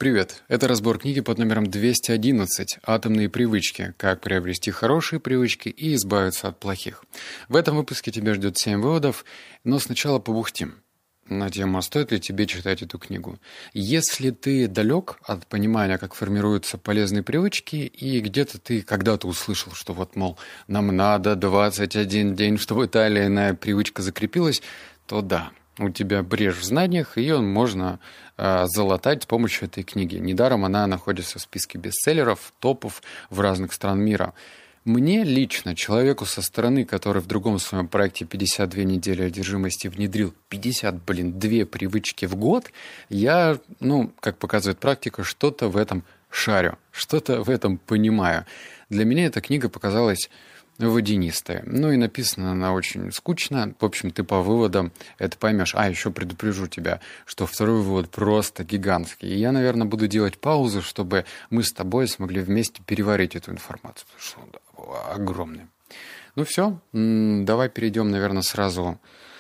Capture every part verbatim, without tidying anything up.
Привет! Это разбор книги под номером двести одиннадцать «Атомные привычки. Как приобрести хорошие привычки и избавиться от плохих». В этом выпуске тебя ждет семь выводов, но сначала побухтим на тему, стоит ли тебе читать эту книгу. Если ты далек от понимания, как формируются полезные привычки, и где-то ты когда-то услышал, что вот, мол, нам надо двадцать один день, чтобы та или иная привычка закрепилась, то да, у тебя брешь в знаниях, и ее можно э, залатать с помощью этой книги. Недаром она находится в списке бестселлеров, топов в разных стран мира. Мне лично, человеку со стороны, который в другом своем проекте пятьдесят две недели одержимости внедрил пятьдесят, блин, две привычки в год, я, ну, как показывает практика, что-то в этом шарю, что-то в этом понимаю. Для меня эта книга показалась водянистая. Ну и написана она очень скучно. В общем, ты по выводам это поймешь. А, еще предупрежу тебя, что второй вывод просто гигантский. И я, наверное, буду делать паузу, чтобы мы с тобой смогли вместе переварить эту информацию. Потому что он огромный. Ну все, давай перейдем, наверное, сразу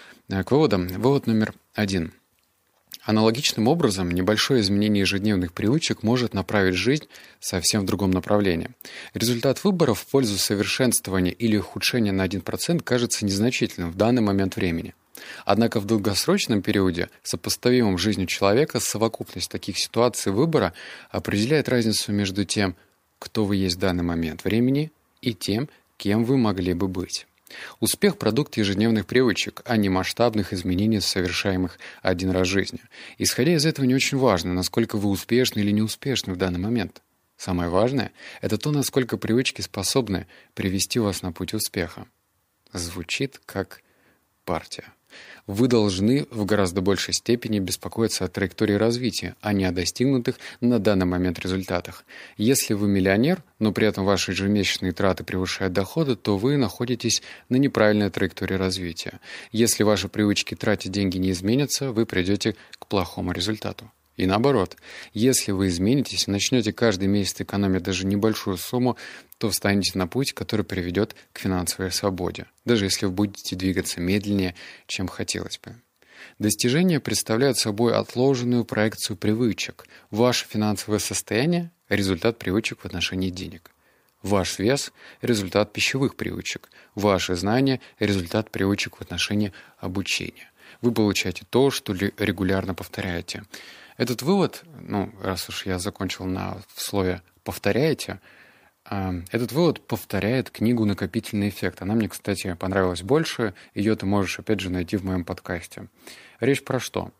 к выводам. Вывод номер один. Аналогичным образом, небольшое изменение ежедневных привычек может направить жизнь совсем в другом направлении. Результат выбора в пользу совершенствования или ухудшения на один процент кажется незначительным в данный момент времени. Однако в долгосрочном периоде, сопоставимом с жизнью человека, совокупность таких ситуаций выбора определяет разницу между тем, кто вы есть в данный момент времени, и тем, кем вы могли бы быть. Успех – продукт ежедневных привычек, а не масштабных изменений, совершаемых один раз в жизни. Исходя из этого, не очень важно, насколько вы успешны или неуспешны в данный момент. Самое важное – это то, насколько привычки способны привести вас на путь успеха. Звучит как партия. Вы должны в гораздо большей степени беспокоиться о траектории развития, а не о достигнутых на данный момент результатах. Если вы миллионер, но при этом ваши ежемесячные траты превышают доходы, то вы находитесь на неправильной траектории развития. Если ваши привычки тратить деньги не изменятся, вы придете к плохому результату. И наоборот, если вы изменитесь и начнете каждый месяц экономить даже небольшую сумму, то встанете на путь, который приведет к финансовой свободе, даже если вы будете двигаться медленнее, чем хотелось бы. Достижения представляют собой отложенную проекцию привычек. Ваше финансовое состояние – результат привычек в отношении денег. Ваш вес – результат пищевых привычек. Ваши знания – результат привычек в отношении обучения. Вы получаете то, что регулярно повторяете. Этот вывод, ну, раз уж я закончил на слове «повторяете», этот вывод повторяет книгу «Накопительный эффект». Она мне, кстати, понравилась больше. Ее ты можешь, опять же, найти в моем подкасте. Речь про что?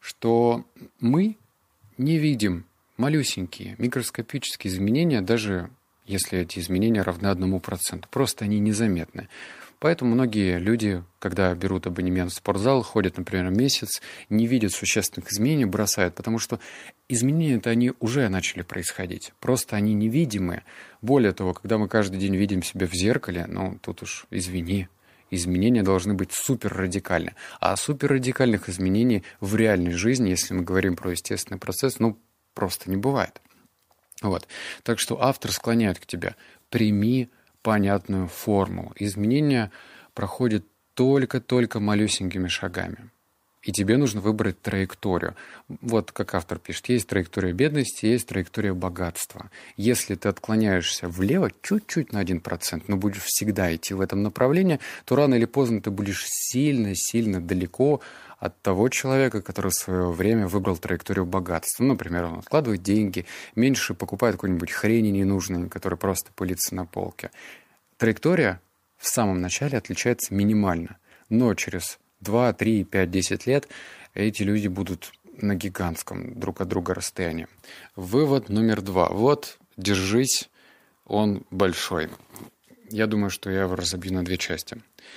Что мы не видим малюсенькие микроскопические изменения, даже если эти изменения равны одному проценту. Просто они незаметны. Поэтому многие люди, когда берут абонемент в спортзал, ходят, например, месяц, не видят существенных изменений, бросают, потому что изменения-то они уже начали происходить. Просто они невидимые. Более того, когда мы каждый день видим себя в зеркале, ну, тут уж извини, изменения должны быть суперрадикальны. А суперрадикальных изменений в реальной жизни, если мы говорим про естественный процесс, ну, просто не бывает. Вот. Так что автор склоняет к тебе: прими понятную формулу. Изменения проходят только-только малюсенькими шагами. И тебе нужно выбрать траекторию. Вот как автор пишет, есть траектория бедности, есть траектория богатства. Если ты отклоняешься влево чуть-чуть на один процент, но будешь всегда идти в этом направлении, то рано или поздно ты будешь сильно-сильно далеко от того человека, который в свое время выбрал траекторию богатства. Например, он откладывает деньги, меньше покупает какой-нибудь хрени ненужной, которая просто пылится на полке. Траектория в самом начале отличается минимально, но через два, три, пять, десять лет эти люди будут на гигантском друг от друга расстоянии. Вывод номер два. Вот, держись, он большой. Я думаю, что я его разобью на две части.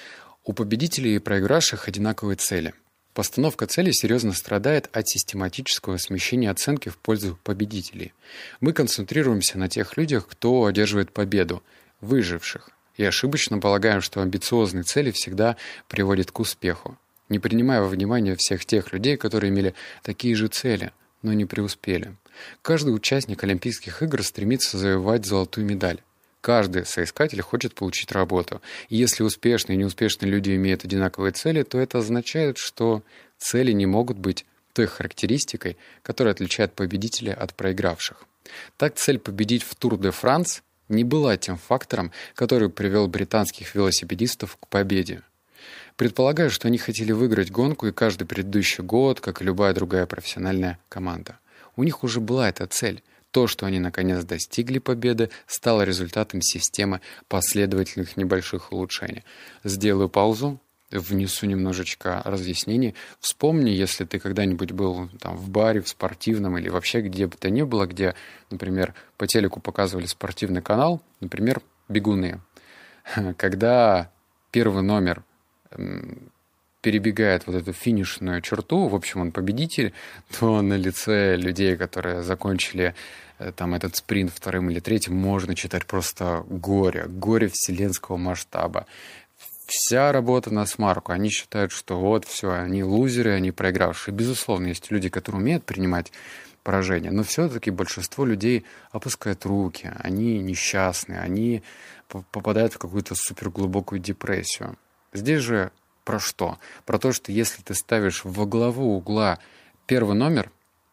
У победителей и проигравших одинаковые цели. Постановка цели серьезно страдает от систематического смещения оценки в пользу победителей. Мы концентрируемся на тех людях, кто одерживает победу, выживших, и ошибочно полагаем, что амбициозные цели всегда приводят к успеху, не принимая во внимание всех тех людей, которые имели такие же цели, но не преуспели. Каждый участник Олимпийских игр стремится завоевать золотую медаль. Каждый соискатель хочет получить работу. И если успешные и неуспешные люди имеют одинаковые цели, то это означает, что цели не могут быть той характеристикой, которая отличает победителя от проигравших. Так, цель победить в Тур де Франс не была тем фактором, который привел британских велосипедистов к победе. Предполагаю, что они хотели выиграть гонку и каждый предыдущий год, как и любая другая профессиональная команда. У них уже была эта цель. То, что они наконец достигли победы, стало результатом системы последовательных небольших улучшений. Сделаю паузу, внесу немножечко разъяснений. Вспомни, если ты когда-нибудь был там, в баре, в спортивном или вообще где бы то ни было, где, например, по телеку показывали спортивный канал, например, бегуны. Когда первый номер перебегает вот эту финишную черту, в общем, он победитель, то на лице людей, которые закончили там этот спринт вторым или третьим, можно читать просто горе, горе вселенского масштаба. Вся работа на смарку. Они считают, что вот все, они лузеры, они проигравшие. Безусловно, есть люди, которые умеют принимать поражение, но все-таки большинство людей опускают руки, они несчастны, они попадают в какую-то суперглубокую депрессию. Здесь же про что? Про то, что если ты ставишь во главу угла первый номер,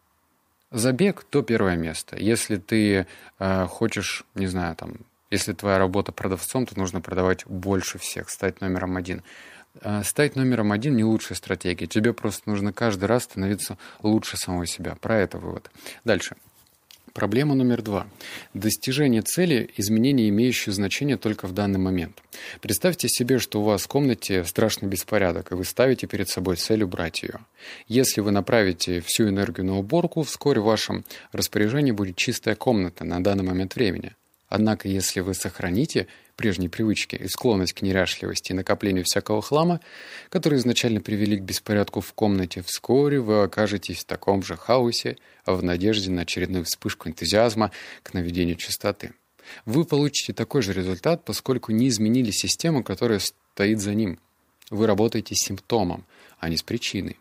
забег, то первое место. Если ты э, хочешь, не знаю, там, если твоя работа продавцом, то нужно продавать больше всех, стать номером один. Э, стать номером один не лучшая стратегия. Тебе просто нужно каждый раз становиться лучше самого себя. Про это вывод. Дальше. Проблема номер два. Достижение цели – изменения, имеющие значение только в данный момент. Представьте себе, что у вас в комнате страшный беспорядок, и вы ставите перед собой цель убрать ее. Если вы направите всю энергию на уборку, вскоре в вашем распоряжении будет чистая комната на данный момент времени. Однако, если вы сохраните прежние привычки и склонность к неряшливости и накоплению всякого хлама, которые изначально привели к беспорядку в комнате, вскоре вы окажетесь в таком же хаосе, в надежде на очередную вспышку энтузиазма к наведению чистоты. Вы получите такой же результат, поскольку не изменили систему, которая стоит за ним. Вы работаете с симптомом, а не с причиной.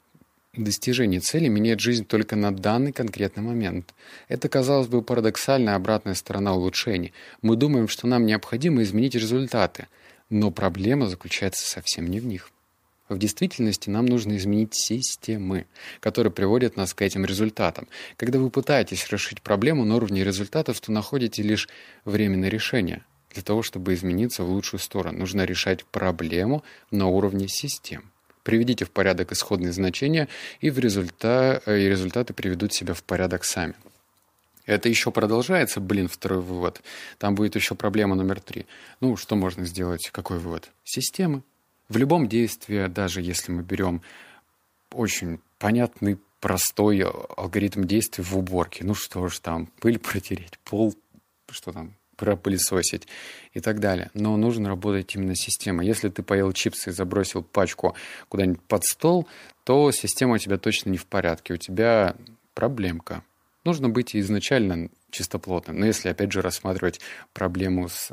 Достижение цели меняет жизнь только на данный конкретный момент. Это, казалось бы, парадоксальная обратная сторона улучшений. Мы думаем, что нам необходимо изменить результаты, но проблема заключается совсем не в них. В действительности нам нужно изменить системы, которые приводят нас к этим результатам. Когда вы пытаетесь решить проблему на уровне результатов, то находите лишь временное решение. Для того, чтобы измениться в лучшую сторону, нужно решать проблему на уровне систем. Приведите в порядок исходные значения, и, в результат, и результаты приведут себя в порядок сами. Это еще продолжается, блин, второй вывод. Там будет еще проблема номер три. Ну, что можно сделать? Какой вывод? Системы. В любом действии, даже если мы берем очень понятный, простой алгоритм действий в уборке, ну что ж там, пыль протереть, пол, что там, пропылесосить и так далее. Но нужно работать именно с системой. Если ты поел чипсы и забросил пачку куда-нибудь под стол, то система у тебя точно не в порядке. У тебя проблемка. Нужно быть изначально чистоплотным. Но если, опять же, рассматривать проблему с,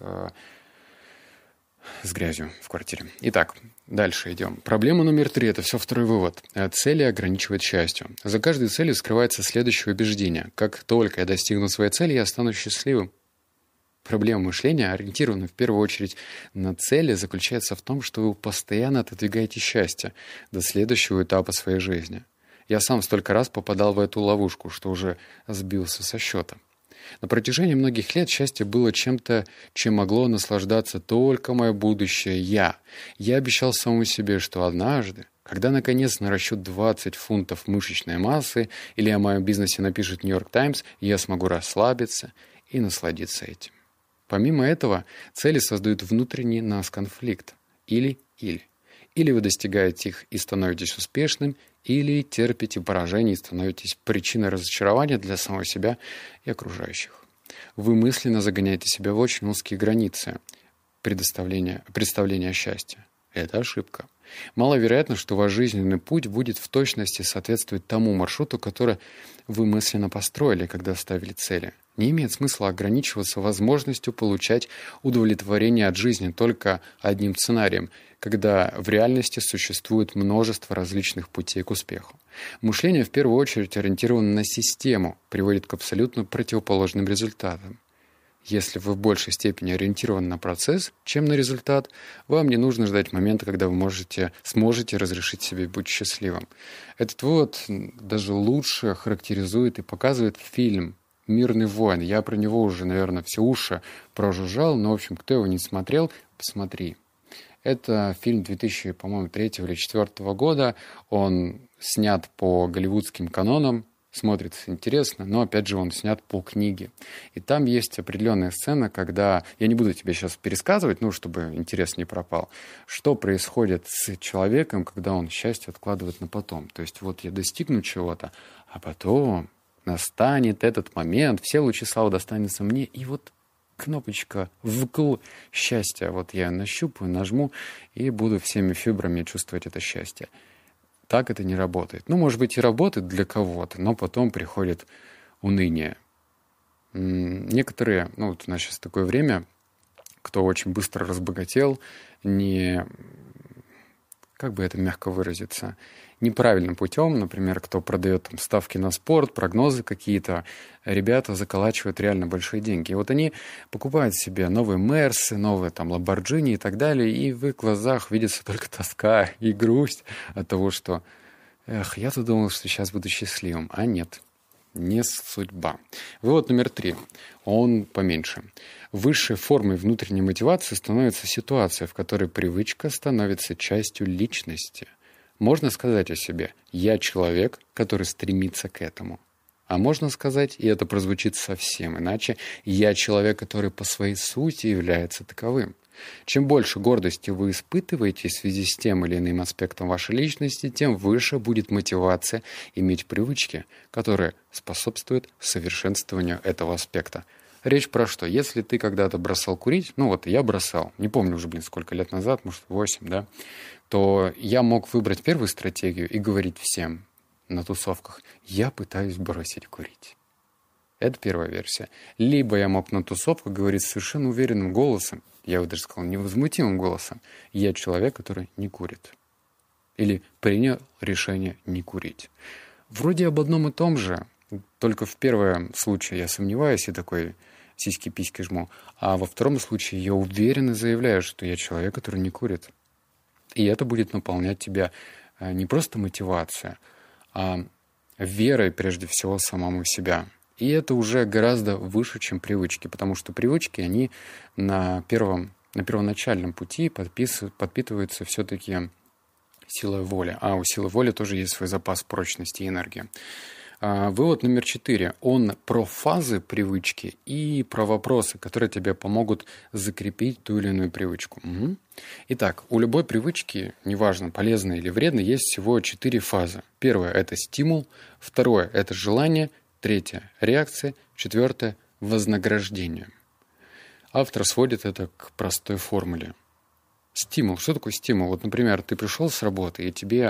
с грязью в квартире. Итак, дальше идем. Проблема номер три. Это все второй вывод. Цели ограничивают счастью. За каждой целью скрывается следующее убеждение. Как только я достигну своей цели, я стану счастливым. Проблема мышления, ориентированная в первую очередь на цели, заключается в том, что вы постоянно отодвигаете счастье до следующего этапа своей жизни. Я сам столько раз попадал в эту ловушку, что уже сбился со счета. На протяжении многих лет счастье было чем-то, чем могло наслаждаться только мое будущее «я». Я обещал самому себе, что однажды, когда наконец наращу двадцать фунтов мышечной массы или о моем бизнесе напишет «Нью-Йорк Таймс», я смогу расслабиться и насладиться этим. Помимо этого, цели создают внутренний нас конфликт. Или-или. Или вы достигаете их и становитесь успешным, или терпите поражение и становитесь причиной разочарования для самого себя и окружающих. Вы мысленно загоняете себя в очень узкие границы представления, представления о счастье. Это ошибка. Маловероятно, что ваш жизненный путь будет в точности соответствовать тому маршруту, который вы мысленно построили, когда ставили цели. Не имеет смысла ограничиваться возможностью получать удовлетворение от жизни только одним сценарием, когда в реальности существует множество различных путей к успеху. Мышление в первую очередь ориентировано на систему, приводит к абсолютно противоположным результатам. Если вы в большей степени ориентированы на процесс, чем на результат, вам не нужно ждать момента, когда вы можете, сможете разрешить себе быть счастливым. Этот вывод даже лучше характеризует и показывает фильм «Мирный воин». Я про него уже, наверное, все уши прожужжал, но, в общем, кто его не смотрел, посмотри. Это фильм две тысячи, по-моему, третьего или четвертого года. Он снят по голливудским канонам, смотрится интересно, но, опять же, он снят по книге. И там есть определенная сцена, когда... Я не буду тебе сейчас пересказывать, ну, чтобы интерес не пропал. Что происходит с человеком, когда он счастье откладывает на потом. То есть вот я достигну чего-то, а потом настанет этот момент, все лучи славы достанется мне, и вот кнопочка «вкл» счастья. Вот я нащупаю, нажму, и буду всеми фибрами чувствовать это счастье. Так это не работает. Ну, может быть, и работает для кого-то, но потом приходит уныние. Некоторые, ну, вот у нас сейчас такое время, кто очень быстро разбогател, не... Как бы это мягко выразиться? Неправильным путем, например, кто продает там ставки на спорт, прогнозы какие-то, ребята заколачивают реально большие деньги. И вот они покупают себе новые Мерсы, новые там Ламборджини и так далее, и в их глазах видится только тоска и грусть от того, что эх, я-то думал, что сейчас буду счастливым, а нет, не судьба. Вывод номер три. Он поменьше. Высшей формой внутренней мотивации становится ситуация, в которой привычка становится частью личности. Можно сказать о себе «я человек, который стремится к этому». А можно сказать, и это прозвучит совсем иначе, «я человек, который по своей сути является таковым». Чем больше гордости вы испытываете в связи с тем или иным аспектом вашей личности, тем выше будет мотивация иметь привычки, которые способствуют совершенствованию этого аспекта. Речь про что? Если ты когда-то бросал курить, ну вот я бросал, не помню уже, блин, сколько лет назад, может, восемь, да, то я мог выбрать первую стратегию и говорить всем на тусовках: я пытаюсь бросить курить. Это первая версия. Либо я мог на тусовках говорить совершенно уверенным голосом, я бы даже сказал невозмутимым голосом: я человек, который не курит. Или принял решение не курить. Вроде об одном и том же, только в первом случае я сомневаюсь и такой сиськи-письки жму, а во втором случае я уверенно заявляю, что я человек, который не курит. И это будет наполнять тебя не просто мотивацией, а верой прежде всего самому в себя. И это уже гораздо выше, чем привычки, потому что привычки, они на, первом, на первоначальном пути подпитываются все-таки силой воли. А у силы воли тоже есть свой запас прочности и энергии. Вывод номер четыре. Он про фазы привычки и про вопросы, которые тебе помогут закрепить ту или иную привычку. Угу. Итак, у любой привычки, неважно, полезной или вредной, есть всего четыре фазы. Первое – это стимул. Второе – это желание. Третье – реакция. Четвертое – вознаграждение. Автор сводит это к простой формуле. Стимул. Что такое стимул? Вот, например, ты пришел с работы, и тебе...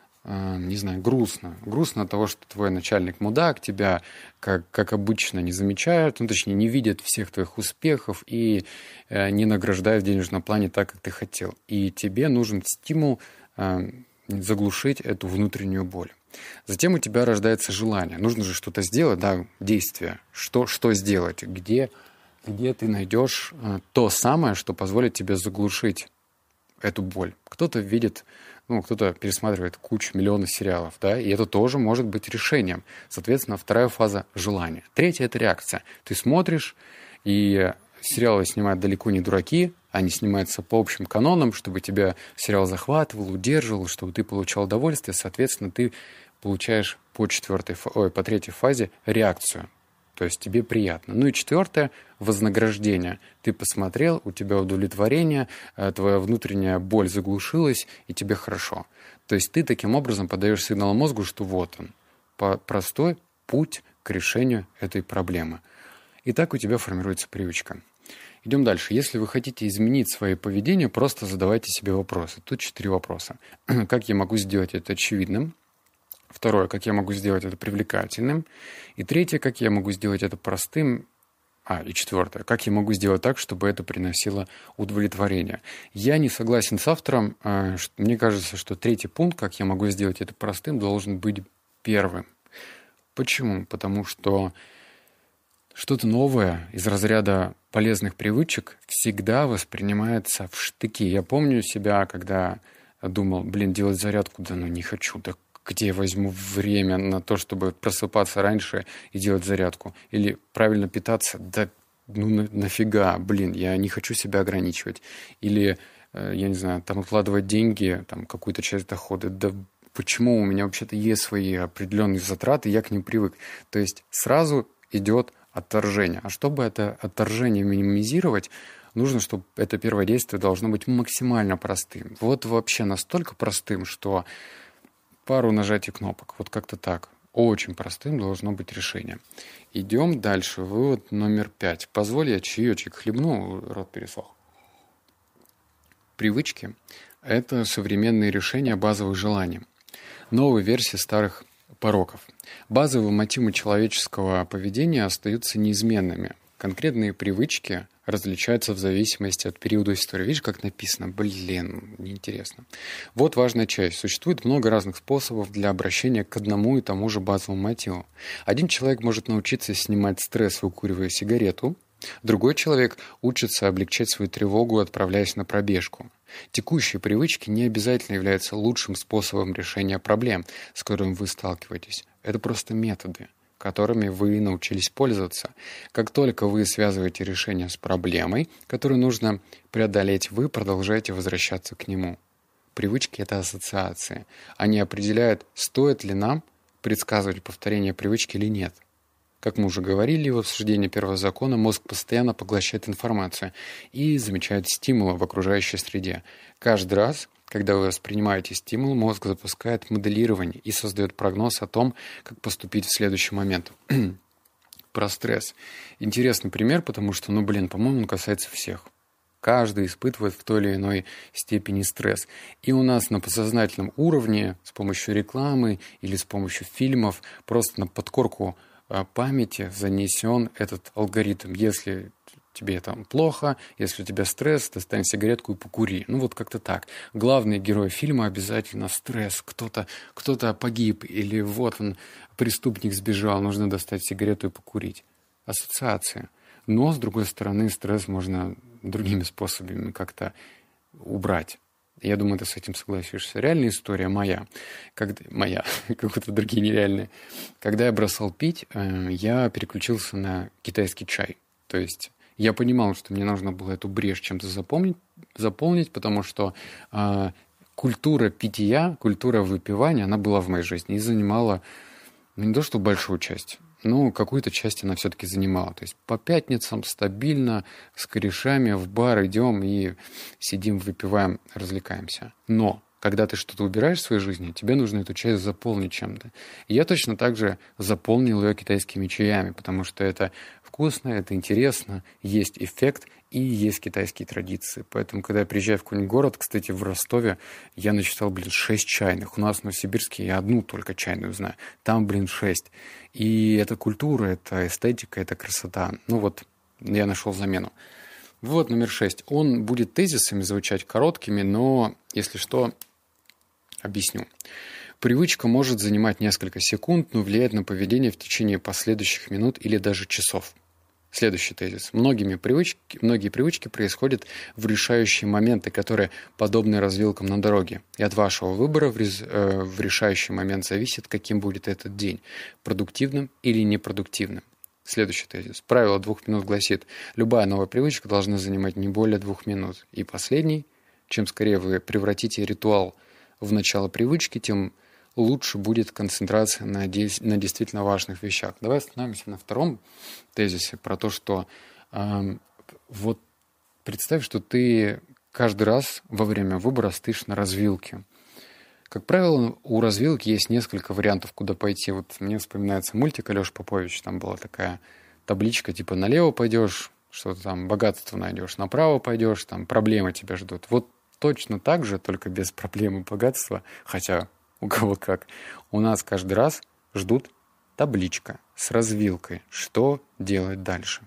не знаю, грустно. Грустно от того, что твой начальник мудак, тебя, как, как обычно, не замечают, ну, точнее, не видят всех твоих успехов и э, не награждают в денежном плане так, как ты хотел. И тебе нужен стимул э, заглушить эту внутреннюю боль. Затем у тебя рождается желание. Нужно же что-то сделать, да, действие. Что, что сделать? Где, где ты найдешь э, то самое, что позволит тебе заглушить эту боль? Кто-то видит... Ну, кто-то пересматривает кучу, миллионы сериалов, да, и это тоже может быть решением. Соответственно, вторая фаза – желание. Третья – это реакция. Ты смотришь, и сериалы снимают далеко не дураки, они снимаются по общим канонам, чтобы тебя сериал захватывал, удерживал, чтобы ты получал удовольствие. Соответственно, ты получаешь по, четвертой, ой, по третьей фазе реакцию. То есть тебе приятно. Ну и четвертое – вознаграждение. Ты посмотрел, у тебя удовлетворение, твоя внутренняя боль заглушилась, и тебе хорошо. То есть ты таким образом подаешь сигнал мозгу, что вот он, простой путь к решению этой проблемы. И так у тебя формируется привычка. Идем дальше. Если вы хотите изменить свое поведение, просто задавайте себе вопросы. Тут четыре вопроса. Как я могу сделать это очевидным? Второе, как я могу сделать это привлекательным. И третье, как я могу сделать это простым. А, и четвертое, как я могу сделать так, чтобы это приносило удовлетворение. Я не согласен с автором. Мне кажется, что третий пункт, как я могу сделать это простым, должен быть первым. Почему? Потому что Что-то новое из разряда полезных привычек всегда воспринимается в штыки. Я помню себя, когда думал, блин, делать зарядку, да ну не хочу, да где я возьму время на то, чтобы просыпаться раньше и делать зарядку? Или правильно питаться, да ну на, нафига, блин, я не хочу себя ограничивать. Или, э, я не знаю, там откладывать деньги, там какую-то часть дохода, да почему у меня вообще-то есть свои определенные затраты, я к ним привык. То есть сразу идет отторжение. А чтобы это отторжение минимизировать, нужно, чтобы это первое действие должно быть максимально простым. Вот вообще настолько простым, что пару нажатий кнопок. Вот как-то так. Очень простым должно быть решение. Идем дальше. Вывод номер пять. Позволь, я чаечек хлебну, рот пересох. Привычки – это современные решения базовых желаний. Новые версии старых пороков. Базовые мотивы человеческого поведения остаются неизменными. Конкретные привычки различаются в зависимости от периода истории. Видишь, как написано? Блин, неинтересно. Вот важная часть. Существует много разных способов для обращения к одному и тому же базовому мотиву. Один человек может научиться снимать стресс, выкуривая сигарету. Другой человек учится облегчать свою тревогу, отправляясь на пробежку. Текущие привычки не обязательно являются лучшим способом решения проблем, с которыми вы сталкиваетесь. Это просто методы, которыми вы научились пользоваться. Как только вы связываете решение с проблемой, которую нужно преодолеть, вы продолжаете возвращаться к нему. Привычки – это ассоциации. Они определяют, стоит ли нам предсказывать повторение привычки или нет. Как мы уже говорили в обсуждении первого закона, мозг постоянно поглощает информацию и замечает стимулы в окружающей среде. Каждый раз, когда вы воспринимаете стимул, мозг запускает моделирование и создает прогноз о том, как поступить в следующий момент. Про стресс. Интересный пример, потому что, ну блин, по-моему, он касается всех. Каждый испытывает в той или иной степени стресс. И у нас на подсознательном уровне с помощью рекламы или с помощью фильмов просто на подкорку памяти занесен этот алгоритм. Если тебе там плохо, если у тебя стресс, достань сигаретку и покури. Ну вот как-то так. Главный герой фильма обязательно стресс. Кто-то, кто-то погиб, или вот он, преступник сбежал, нужно достать сигарету и покурить. Ассоциация. Но, с другой стороны, стресс можно другими способами как-то убрать. Я думаю, ты с этим согласишься. Реальная история моя. Когда, моя, как-то другие нереальные. Когда я бросал пить, я переключился на китайский чай. То есть я понимал, что мне нужно было эту брешь чем-то заполнить, заполнить, потому что э, культура питья, культура выпивания, она была в моей жизни и занимала, ну, не то что большую часть, но какую-то часть она все-таки занимала. То есть по пятницам стабильно с корешами в бар идем и сидим, выпиваем, развлекаемся. Но когда ты что-то убираешь в своей жизни, тебе нужно эту часть заполнить чем-то. И я точно так же заполнил ее китайскими чаями, потому что это вкусно, это интересно, есть эффект и есть китайские традиции. Поэтому, когда я приезжаю в какой-нибудь город, кстати, в Ростове, я насчитал, блин, шесть чайных. У нас в Новосибирске я одну только чайную знаю. Там, блин, шесть. И это культура, это эстетика, это красота. Ну вот, я нашел замену. Вывод номер шесть. Он будет тезисами звучать короткими, но, если что, объясню. Привычка может занимать несколько секунд, но влияет на поведение в течение последующих минут или даже часов. Следующий тезис. Многими привычки, многие привычки происходят в решающие моменты, которые подобны развилкам на дороге. И от вашего выбора в, рез, э, в решающий момент зависит, каким будет этот день. Продуктивным или непродуктивным. Следующий тезис. Правило двух минут гласит, любая новая привычка должна занимать не более двух минут. И последний. Чем скорее вы превратите ритуал в начало привычки, тем лучше будет концентрация на, де- на действительно важных вещах. Давай остановимся на втором тезисе про то, что э, вот представь, что ты каждый раз во время выбора стоишь на развилке. Как правило, у развилки есть несколько вариантов, куда пойти. Вот мне вспоминается мультик Алёша Попович. Там была такая табличка, типа налево пойдешь, что-то там богатство найдешь, направо пойдешь, там проблемы тебя ждут. Вот точно так же, только без проблем и богатства, хотя у кого как, у нас каждый раз ждут табличка с развилкой, что делать дальше.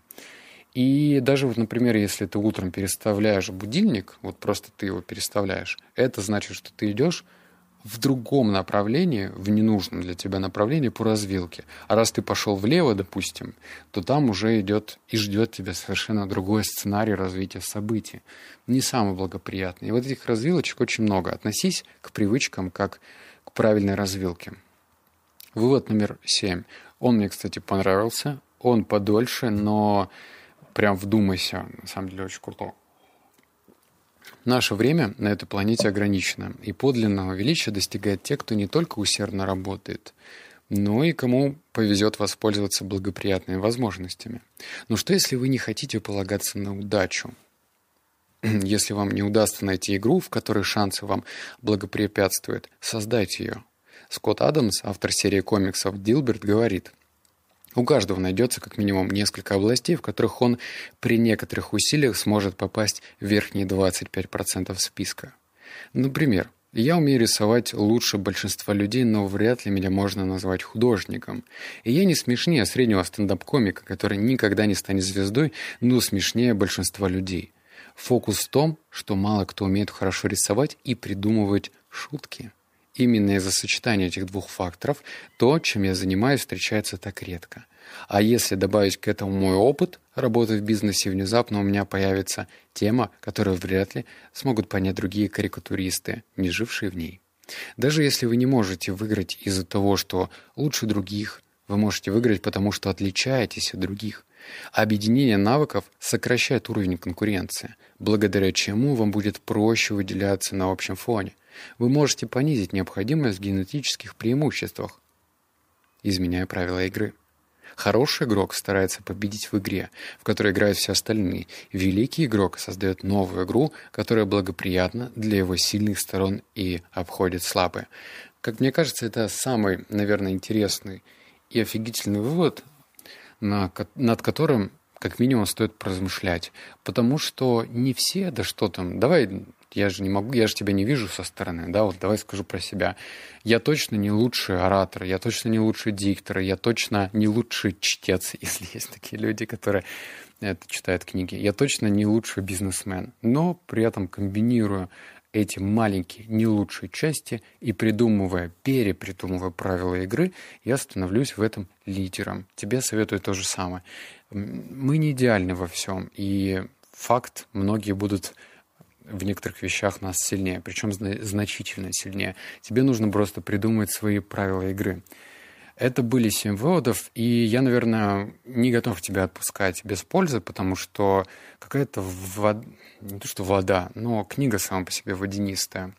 И даже вот, например, если ты утром переставляешь будильник, вот просто ты его переставляешь, это значит, что ты идешь в другом направлении, в ненужном для тебя направлении по развилке. А раз ты пошел влево, допустим, то там уже идет и ждет тебя совершенно другой сценарий развития событий. Не самый благоприятный. И вот этих развилочек очень много. Относись к привычкам как к правильной развилке. Вывод номер семь. Он мне, кстати, понравился. Он подольше, но прям вдумайся. На самом деле очень круто. Наше время на этой планете ограничено, и подлинного величия достигает те, кто не только усердно работает, но и кому повезет воспользоваться благоприятными возможностями. Но что, если вы не хотите полагаться на удачу? Если вам не удастся найти игру, в которой шансы вам благоприятствуют, создайте ее. Скотт Адамс, автор серии комиксов «Дилберт», говорит: у каждого найдется как минимум несколько областей, в которых он при некоторых усилиях сможет попасть в верхние двадцать пять процентов списка. Например, я умею рисовать лучше большинства людей, но вряд ли меня можно назвать художником. И я не смешнее среднего стендап-комика, который никогда не станет звездой, но смешнее большинства людей. Фокус в том, что мало кто умеет хорошо рисовать и придумывать шутки. Именно из-за сочетания этих двух факторов то, чем я занимаюсь, встречается так редко. А если добавить к этому мой опыт работы в бизнесе, внезапно у меня появится тема, которую вряд ли смогут понять другие карикатуристы, не жившие в ней. Даже если вы не можете выиграть из-за того, что лучше других, вы можете выиграть, потому что отличаетесь от других. Объединение навыков сокращает уровень конкуренции, благодаря чему вам будет проще выделяться на общем фоне. Вы можете понизить необходимость в генетических преимуществах, изменяя правила игры. Хороший игрок старается победить в игре, в которой играют все остальные. Великий игрок создает новую игру, которая благоприятна для его сильных сторон и обходит слабые. Как мне кажется, это самый, наверное, интересный и офигительный вывод, на, над которым, как минимум, стоит поразмышлять. Потому что не все, да что там, давай, я же не могу, я же тебя не вижу со стороны, да, вот давай скажу про себя. Я точно не лучший оратор, я точно не лучший диктор, я точно не лучший чтец, если есть такие люди, которые это, читают книги. Я точно не лучший бизнесмен, но при этом комбинируя эти маленькие, не лучшие части и придумывая, перепридумывая правила игры, я становлюсь в этом лидером. Тебе советую то же самое. Мы не идеальны во всем, и факт, многие будут в некоторых вещах нас сильнее, причем значительно сильнее. Тебе нужно просто придумать свои правила игры. Это были семь выводов, и я, наверное, не готов тебя отпускать без пользы, потому что какая-то вода, не то что вода, но книга сама по себе водянистая.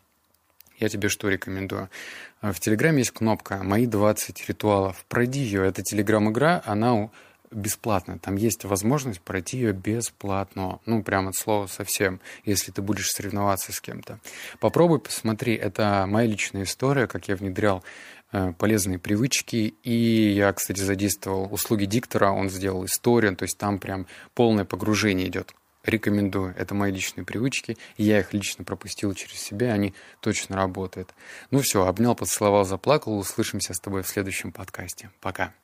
Я тебе что рекомендую? В Телеграме есть кнопка «Мои двадцать ритуалов». Пройди ее. Это Телеграм-игра, она бесплатная. Там есть возможность пройти ее бесплатно. Ну, прямо от слова совсем, если ты будешь соревноваться с кем-то. Попробуй, посмотри. Это моя личная история, как я внедрял полезные привычки. И я, кстати, задействовал услуги диктора, он сделал историю, то есть там прям полное погружение идет. Рекомендую. Это мои личные привычки. Я их лично пропустил через себя, они точно работают. Ну все, обнял, поцеловал, заплакал. Услышимся с тобой в следующем подкасте. Пока.